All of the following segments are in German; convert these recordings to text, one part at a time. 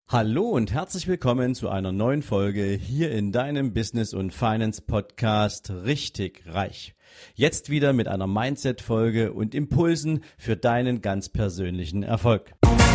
Hallo und herzlich willkommen zu einer neuen Folge hier in deinem Business- und Finance-Podcast Richtig Reich. Jetzt wieder mit einer Mindset-Folge und Impulsen für deinen ganz persönlichen Erfolg.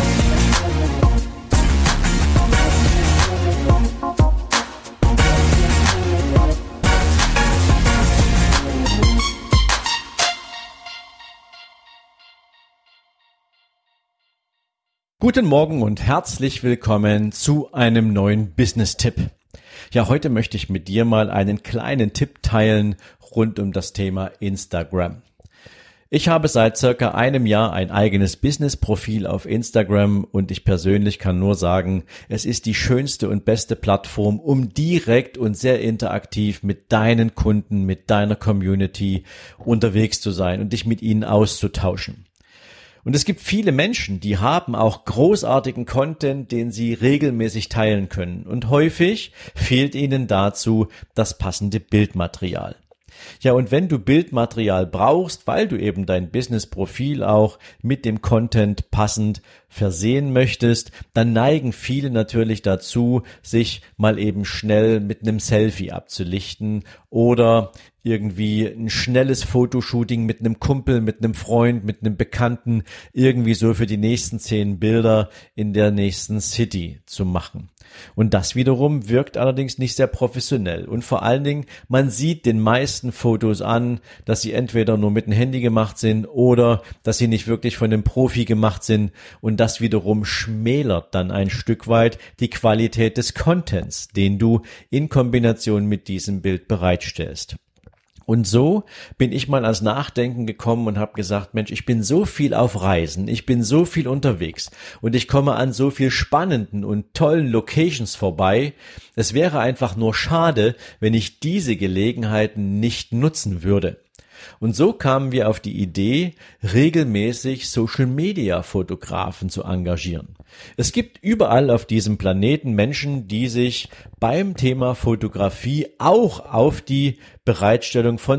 Guten Morgen und herzlich willkommen zu einem neuen Business-Tipp. Ja, heute möchte ich mit dir mal einen kleinen Tipp teilen rund um das Thema Instagram. Ich habe seit circa einem Jahr ein eigenes Business-Profil auf Instagram und ich persönlich kann nur sagen, es ist die schönste und beste Plattform, um direkt und sehr interaktiv mit deinen Kunden, mit deiner Community unterwegs zu sein und dich mit ihnen auszutauschen. Und es gibt viele Menschen, die haben auch großartigen Content, den sie regelmäßig teilen können. Und häufig fehlt ihnen dazu das passende Bildmaterial. Ja, und wenn du Bildmaterial brauchst, weil du eben dein Business-Profil auch mit dem Content passend versehen möchtest, dann neigen viele natürlich dazu, sich mal eben schnell mit einem Selfie abzulichten oder irgendwie ein schnelles Fotoshooting mit einem Kumpel, mit einem Freund, mit einem Bekannten, irgendwie so für die nächsten 10 Bilder in der nächsten City zu machen. Und das wiederum wirkt allerdings nicht sehr professionell. Und vor allen Dingen, man sieht den meisten Fotos an, dass sie entweder nur mit dem Handy gemacht sind oder dass sie nicht wirklich von einem Profi gemacht sind. Und das wiederum schmälert dann ein Stück weit die Qualität des Contents, den du in Kombination mit diesem Bild bereitstellst. Und so bin ich mal ans Nachdenken gekommen und habe gesagt, Mensch, ich bin so viel auf Reisen, ich bin so viel unterwegs und ich komme an so viel spannenden und tollen Locations vorbei. Es wäre einfach nur schade, wenn ich diese Gelegenheiten nicht nutzen würde. Und so kamen wir auf die Idee, regelmäßig Social-Media-Fotografen zu engagieren. Es gibt überall auf diesem Planeten Menschen, die sich beim Thema Fotografie auch auf die Bereitstellung von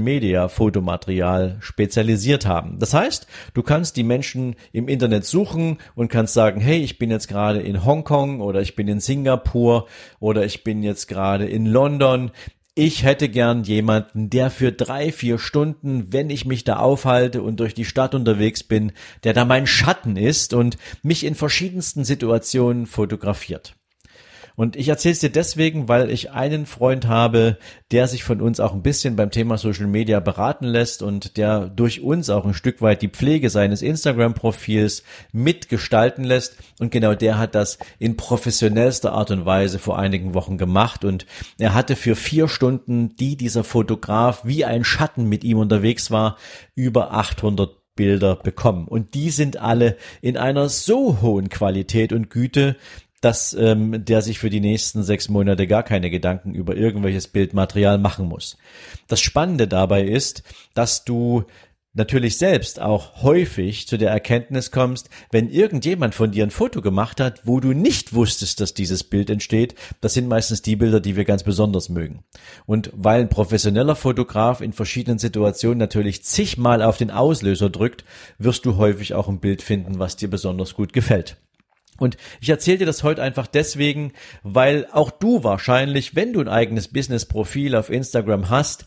Social-Media-Fotomaterial spezialisiert haben. Das heißt, du kannst die Menschen im Internet suchen und kannst sagen, hey, ich bin jetzt gerade in Hongkong oder ich bin in Singapur oder ich bin jetzt gerade in London. Ich hätte gern jemanden, der für 3-4 Stunden, wenn ich mich da aufhalte und durch die Stadt unterwegs bin, der da mein Schatten ist und mich in verschiedensten Situationen fotografiert. Und ich erzähle es dir deswegen, weil ich einen Freund habe, der sich von uns auch ein bisschen beim Thema Social Media beraten lässt und der durch uns auch ein Stück weit die Pflege seines Instagram-Profils mitgestalten lässt. Und genau der hat das in professionellster Art und Weise vor einigen Wochen gemacht. Und er hatte für 4 Stunden, die dieser Fotograf wie ein Schatten mit ihm unterwegs war, über 800 Bilder bekommen. Und die sind alle in einer so hohen Qualität und Güte, dass der sich für die nächsten 6 Monate gar keine Gedanken über irgendwelches Bildmaterial machen muss. Das Spannende dabei ist, dass du natürlich selbst auch häufig zu der Erkenntnis kommst, wenn irgendjemand von dir ein Foto gemacht hat, wo du nicht wusstest, dass dieses Bild entsteht, das sind meistens die Bilder, die wir ganz besonders mögen. Und weil ein professioneller Fotograf in verschiedenen Situationen natürlich zigmal auf den Auslöser drückt, wirst du häufig auch ein Bild finden, was dir besonders gut gefällt. Und ich erzähle dir das heute einfach deswegen, weil auch du wahrscheinlich, wenn du ein eigenes Business-Profil auf Instagram hast,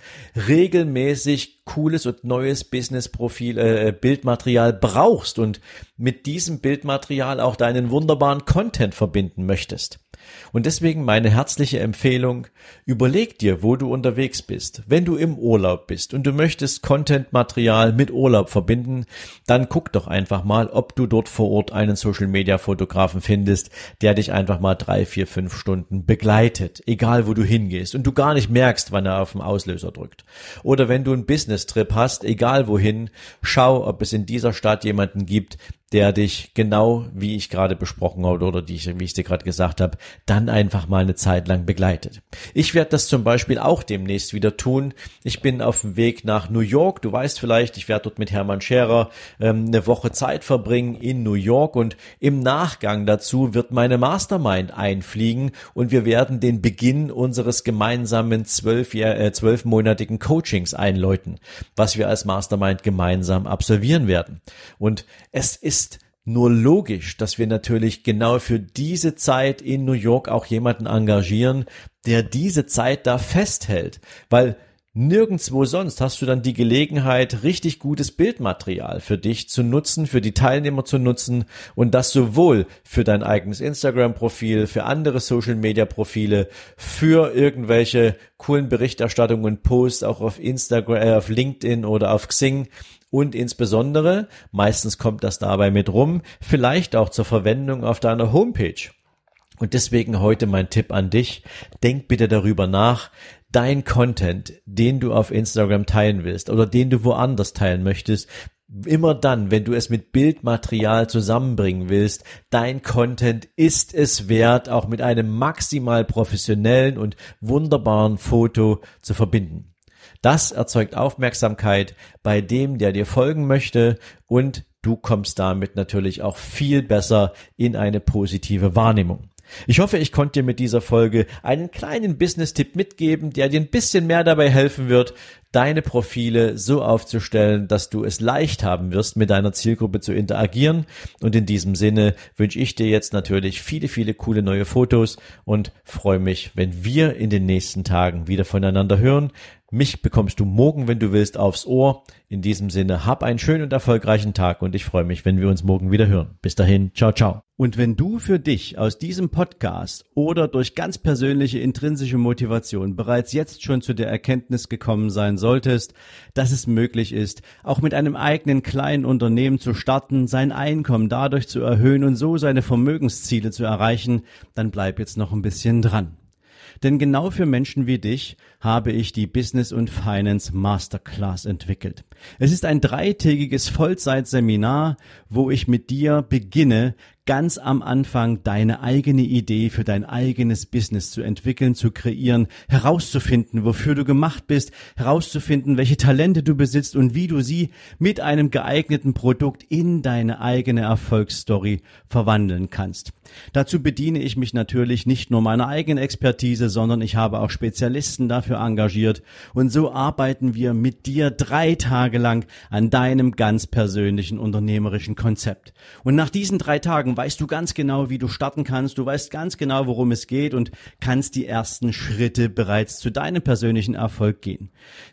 regelmäßig cooles und neues Business-Profil, Bildmaterial brauchst und mit diesem Bildmaterial auch deinen wunderbaren Content verbinden möchtest. Und deswegen meine herzliche Empfehlung, überleg dir, wo du unterwegs bist. Wenn du im Urlaub bist und du möchtest Content-Material mit Urlaub verbinden, dann guck doch einfach mal, ob du dort vor Ort einen Social-Media-Fotografen findest, der dich einfach mal 3, 4, 5 Stunden begleitet, egal wo du hingehst und du gar nicht merkst, wann er auf den Auslöser drückt. Oder wenn du einen Business-Trip hast, egal wohin, schau, ob es in dieser Stadt jemanden gibt, der dich genau, wie ich gerade besprochen habe oder wie ich es dir gerade gesagt habe, dann einfach mal eine Zeit lang begleitet. Ich werde das zum Beispiel auch demnächst wieder tun. Ich bin auf dem Weg nach New York. Du weißt vielleicht, ich werde dort mit Hermann Scherer eine Woche Zeit verbringen in New York und im Nachgang dazu wird meine Mastermind einfliegen und wir werden den Beginn unseres gemeinsamen 12-monatigen Coachings einläuten, was wir als Mastermind gemeinsam absolvieren werden. Und es ist Nur logisch, dass wir natürlich genau für diese Zeit in New York auch jemanden engagieren, der diese Zeit da festhält, weil nirgendwo sonst hast du dann die Gelegenheit, richtig gutes Bildmaterial für dich zu nutzen, für die Teilnehmer zu nutzen und das sowohl für dein eigenes Instagram-Profil, für andere Social-Media-Profile, für irgendwelche coolen Berichterstattungen und Posts auch auf Instagram, auf LinkedIn oder auf Xing und insbesondere, meistens kommt das dabei mit rum, vielleicht auch zur Verwendung auf deiner Homepage. Und deswegen heute mein Tipp an dich, denk bitte darüber nach, dein Content, den du auf Instagram teilen willst oder den du woanders teilen möchtest, immer dann, wenn du es mit Bildmaterial zusammenbringen willst, dein Content ist es wert, auch mit einem maximal professionellen und wunderbaren Foto zu verbinden. Das erzeugt Aufmerksamkeit bei dem, der dir folgen möchte, und du kommst damit natürlich auch viel besser in eine positive Wahrnehmung. Ich hoffe, ich konnte dir mit dieser Folge einen kleinen Business-Tipp mitgeben, der dir ein bisschen mehr dabei helfen wird, deine Profile so aufzustellen, dass du es leicht haben wirst, mit deiner Zielgruppe zu interagieren. Und in diesem Sinne wünsche ich dir jetzt natürlich viele, viele coole neue Fotos und freue mich, wenn wir in den nächsten Tagen wieder voneinander hören. Mich bekommst du morgen, wenn du willst, aufs Ohr. In diesem Sinne, hab einen schönen und erfolgreichen Tag und ich freue mich, wenn wir uns morgen wieder hören. Bis dahin, ciao, ciao. Und wenn du für dich aus diesem Podcast oder durch ganz persönliche intrinsische Motivation bereits jetzt schon zu der Erkenntnis gekommen sein solltest, dass es möglich ist, auch mit einem eigenen kleinen Unternehmen zu starten, sein Einkommen dadurch zu erhöhen und so seine Vermögensziele zu erreichen, dann bleib jetzt noch ein bisschen dran. Denn genau für Menschen wie dich habe ich die Business und Finance Masterclass entwickelt. Es ist ein 3-tägiges Vollzeitseminar, wo ich mit dir beginne, ganz am Anfang deine eigene Idee für dein eigenes Business zu entwickeln, zu kreieren, herauszufinden, wofür du gemacht bist, herauszufinden, welche Talente du besitzt und wie du sie mit einem geeigneten Produkt in deine eigene Erfolgsstory verwandeln kannst. Dazu bediene ich mich natürlich nicht nur meiner eigenen Expertise, sondern ich habe auch Spezialisten dafür engagiert und so arbeiten wir mit dir 3 Tage lang an deinem ganz persönlichen unternehmerischen Konzept. Und nach diesen 3 Tagen weißt du ganz genau, wie du starten kannst, du weißt ganz genau, worum es geht und kannst die ersten Schritte bereits zu deinem persönlichen Erfolg gehen.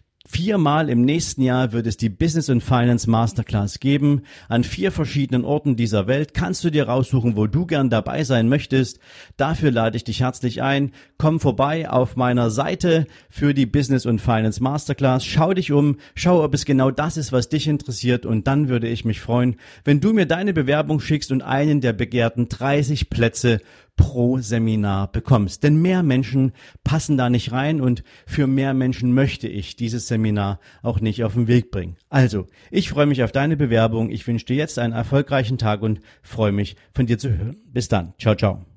4-mal im nächsten Jahr wird es die Business und Finance Masterclass geben. An 4 verschiedenen Orten dieser Welt kannst du dir raussuchen, wo du gern dabei sein möchtest. Dafür lade ich dich herzlich ein. Komm vorbei auf meiner Seite für die Business und Finance Masterclass. Schau dich um, schau, ob es genau das ist, was dich interessiert. Und dann würde ich mich freuen, wenn du mir deine Bewerbung schickst und einen der begehrten 30 Plätze pro Seminar bekommst. Denn mehr Menschen passen da nicht rein und für mehr Menschen möchte ich dieses Seminar auch nicht auf den Weg bringen. Also, ich freue mich auf deine Bewerbung. Ich wünsche dir jetzt einen erfolgreichen Tag und freue mich, von dir zu hören. Bis dann. Ciao, ciao.